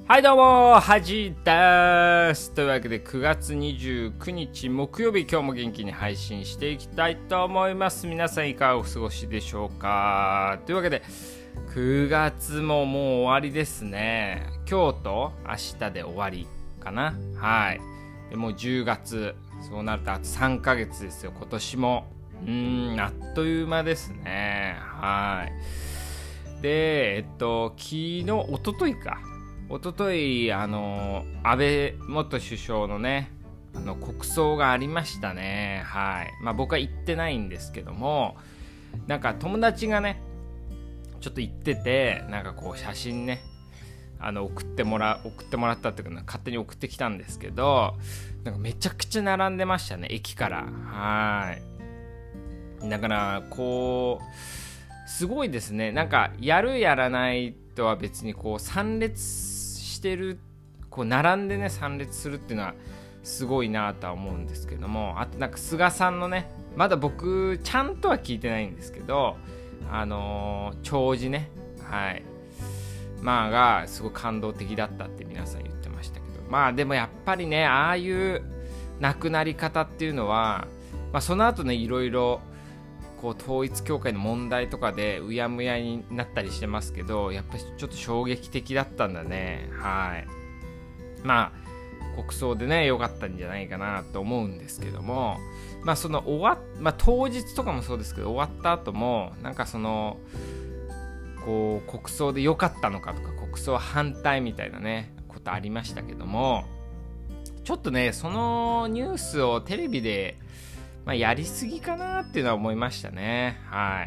はいどうも、はじです。というわけで9月29日木曜日、今日も元気に配信していきたいと思います。皆さんいかがお過ごしでしょうか。というわけで9月ももう終わりですね。今日と明日で終わりかな。はい。でもう10月、そうなるとあと3ヶ月ですよ、今年も。あっという間ですね。はい。で、昨日、一昨日安倍元首相のね国葬がありましたね。はい。僕は行ってないんですけども、なんか友達がねちょっと行ってて、なんかこう写真ね送ってもらったっていうか、勝手に送ってきたんですけど、なんかめちゃくちゃ並んでましたね、駅から。はい。だからこうすごいですね。なんかやるやらないとは別にこう参列してる、こう並んでね参列するっていうのはすごいなとは思うんですけども、あとなんか菅さんのね、まだ僕ちゃんとは聞いてないんですけど、弔辞ね、はいがすごい感動的だったって皆さん言ってましたけど、でもやっぱりね、ああいう亡くなり方っていうのは、その後ねいろいろこう統一教会の問題とかでうやむやになったりしてますけど、やっぱりちょっと衝撃的だったんだね。はい。国葬でね良かったんじゃないかなと思うんですけども、その当日とかもそうですけど、終わった後もなんかそのこう国葬で良かったのかとか、国葬反対みたいなねことありましたけども、ちょっとねそのニュースをテレビでやりすぎかなっていうのは思いましたね。はい。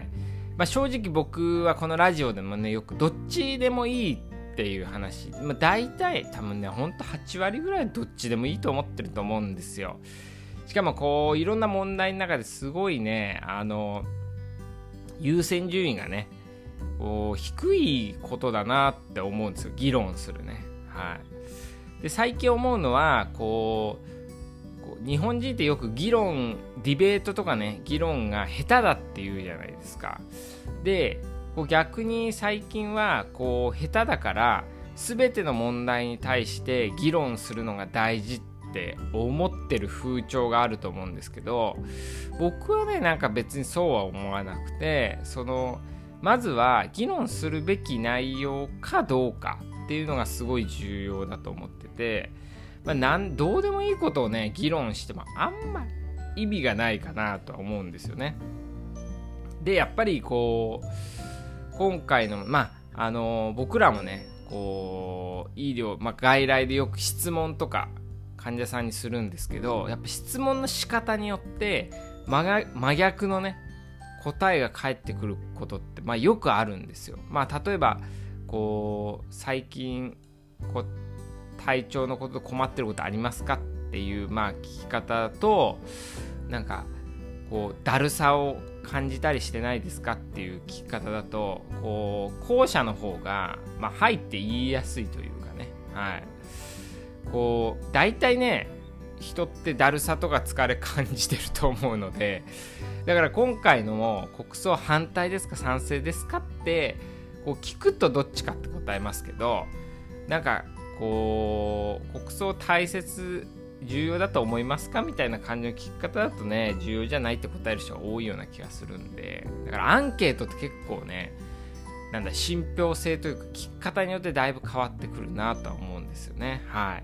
正直僕はこのラジオでもねよくどっちでもいいっていう話、大体多分ねほんと8割ぐらいどっちでもいいと思ってると思うんですよ。しかもこういろんな問題の中ですごいね優先順位がねこう低いことだなって思うんですよ、議論するね。はい。で最近思うのはこう日本人ってよくディベートとかね議論が下手だって言うじゃないですか。でこう逆に最近はこう下手だから全ての問題に対して議論するのが大事って思ってる風潮があると思うんですけど、僕はねなんか別にそうは思わなくて、まずは議論するべき内容かどうかっていうのがすごい重要だと思ってて、どうでもいいことをね議論してもあんま意味がないかなとは思うんですよね。でやっぱりこう今回の僕らもねこう医療、外来でよく質問とか患者さんにするんですけど、やっぱ質問の仕方によって真逆のね答えが返ってくることってよくあるんですよ。例えばこう最近体調のことで困ってることありますかっていう聞き方と、なんかこうだるさを感じたりしてないですかっていう聞き方だと、こう後者の方がはいって言いやすいというかね。はい。こう大体ね人ってだるさとか疲れ感じてると思うので、だから今回のも国葬反対ですか賛成ですかってこう聞くとどっちかって答えますけど、なんかこう国葬重要だと思いますかみたいな感じの聞き方だとね、重要じゃないって答える人が多いような気がするんで、だからアンケートって結構ね信憑性というか聞き方によってだいぶ変わってくるなとは思うんですよね。はい。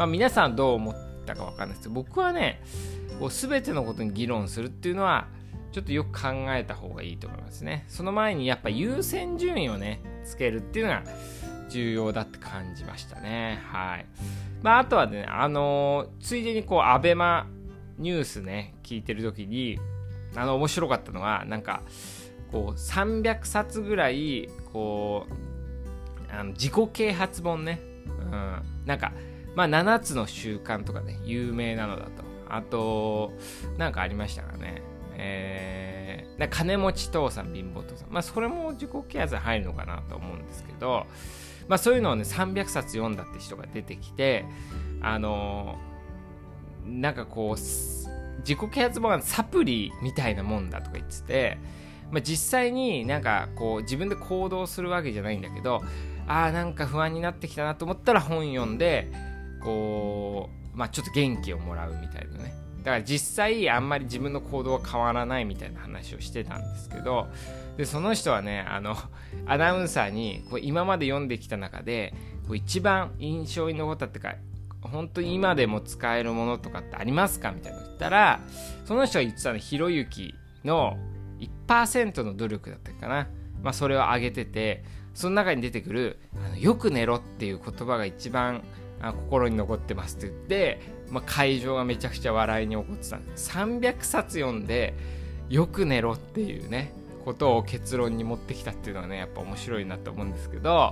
皆さんどう思ったか分かんないですけど、僕はねこう全てのことに議論するっていうのはちょっとよく考えた方がいいと思いますね。その前にやっぱ優先順位をねつけるっていうのが重要だって感じましたね。はい。あとはねついでにこうアベマニュースね聞いてる時に面白かったのは、なんかこう300冊ぐらいこう自己啓発本ね、なんか7つの習慣とかね有名なのだと、あとなんかありましたかね、金持ち父さん貧乏父さん、それも自己啓発に入るのかなと思うんですけど、そういうのをね300冊読んだって人が出てきて、なんかこう自己啓発本はサプリみたいなもんだとか言ってて、実際になんかこう自分で行動するわけじゃないんだけど、 なんか不安になってきたなと思ったら本読んでこう、ちょっと元気をもらうみたいなね。だから実際あんまり自分の行動は変わらないみたいな話をしてたんですけど、でその人はねアナウンサーにこう今まで読んできた中でこう一番印象に残ったっていうか本当に今でも使えるものとかってありますかみたいなの言ったら、その人が言ってたのひろゆきの 1% の努力だったかな、それを挙げてて、その中に出てくるよく寝ろっていう言葉が一番心に残ってますって言って、会場がめちゃくちゃ笑いに起こってたんです。300冊読んでよく寝ろっていうねことを結論に持ってきたっていうのはねやっぱ面白いなと思うんですけど、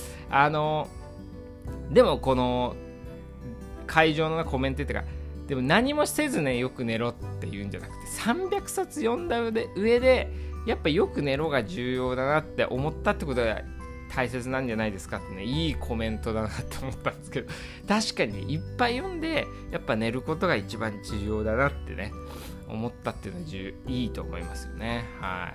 でもこの会場のコメントっていうか、でも何もせずねよく寝ろっていうんじゃなくて300冊読んだ上でやっぱよく寝ろが重要だなって思ったってことが大切なんじゃないですかってね、いいコメントだなって思ったんですけど、確かにいっぱい読んでやっぱ寝ることが一番重要だなってね思ったっていうのはいいと思いますよね。はい。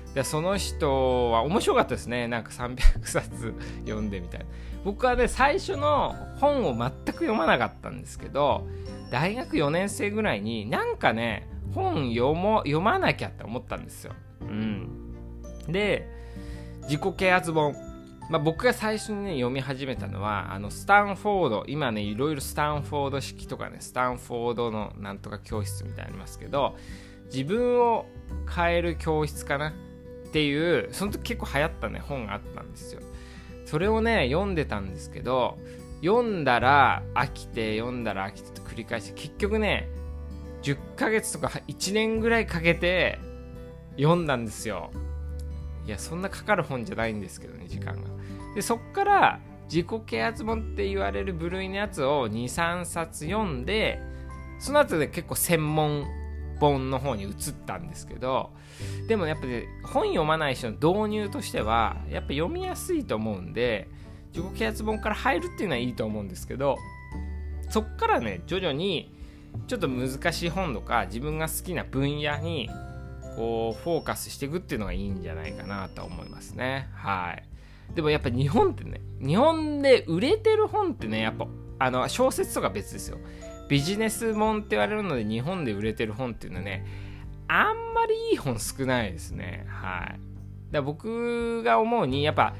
でその人は面白かったですね。なんか300冊読んでみたいな。僕はね最初の本を全く読まなかったんですけど、大学4年生ぐらいになんかね本読まなきゃって思ったんですよ。で自己啓発本、僕が最初にね読み始めたのはスタンフォード、今ねいろいろスタンフォード式とかねスタンフォードのなんとか教室みたいなのありますけど、自分を変える教室かなっていうその時結構流行ったね本があったんですよ。それをね読んでたんですけど、読んだら飽きて読んだら飽きてと繰り返して、結局ね10ヶ月とか1年ぐらいかけて読んだんですよ。いやそんなかかる本じゃないんですけどね時間が。でそっから自己啓発本って言われる部類のやつを 2,3 冊読んで、その後で結構専門本の方に移ったんですけど、でもやっぱり本読まない人の導入としてはやっぱ読みやすいと思うんで、自己啓発本から入るっていうのはいいと思うんですけど、そっからね徐々にちょっと難しい本とか自分が好きな分野にこうフォーカスしていくっていうのがいいんじゃないかなと思いますね。はい。でもやっぱ日本ってね、日本で売れてる本ってね、やっぱ小説とか別ですよ。ビジネス本って言われるので日本で売れてる本っていうのはね、あんまりいい本少ないですね。はい。だから僕が思うにやっぱ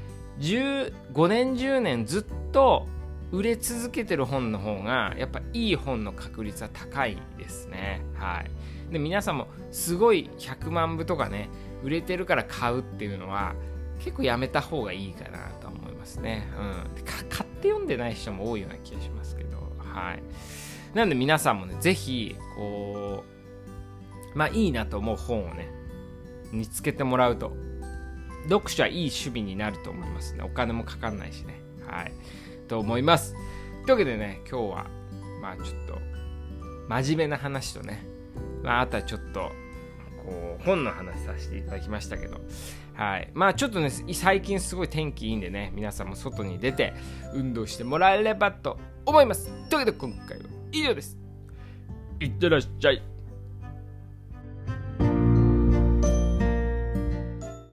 5年10年ずっと売れ続けてる本の方がやっぱいい本の確率は高いですね。はい。で皆さんもすごい100万部とかね売れてるから買うっていうのは結構やめた方がいいかなと思いますね。買って読んでない人も多いような気がしますけど、はい。なんで皆さんもねぜひこういいなと思う本をね見つけてもらうと読書はいい趣味になると思いますね。お金もかかんないしね。はい。と思います。というわけでね今日はちょっと真面目な話とね、あとはちょっとこう本の話させていただきましたけど、はい。ちょっとね最近すごい天気いいんでね、皆さんも外に出て運動してもらえればと思います。というわけで今回は以上です。いってらっしゃい。